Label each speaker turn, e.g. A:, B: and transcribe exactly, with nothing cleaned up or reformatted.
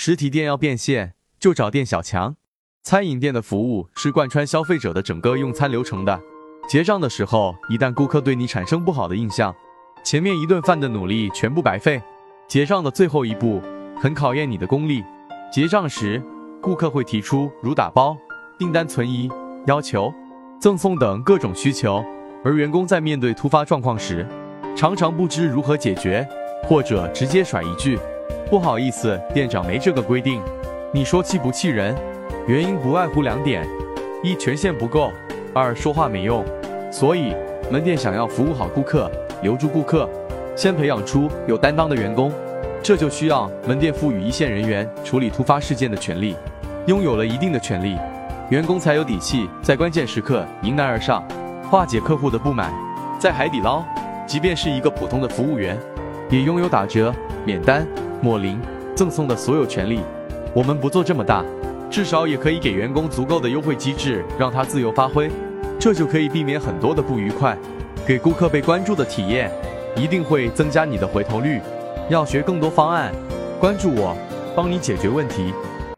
A: 实体店要变现，就找店小强。餐饮店的服务是贯穿消费者的整个用餐流程的。结账的时候，一旦顾客对你产生不好的印象，前面一顿饭的努力全部白费。结账的最后一步很考验你的功力。结账时，顾客会提出如打包、订单存疑、要求、赠送等各种需求，而员工在面对突发状况时，常常不知如何解决，或者直接甩一句不好意思，店长没这个规定。你说气不气人？原因不外乎两点：一，权限不够；二，说话没用。所以门店想要服务好顾客，留住顾客，先培养出有担当的员工，这就需要门店赋予一线人员处理突发事件的权利。拥有了一定的权利，员工才有底气在关键时刻迎难而上，化解客户的不满。在海底捞，即便是一个普通的服务员，也拥有打折、免单、抹零、赠送的所有权利。我们不做这么大，至少也可以给员工足够的优惠机制，让他自由发挥，这就可以避免很多的不愉快，给顾客被关注的体验，一定会增加你的回头率。要学更多方案，关注我，帮你解决问题。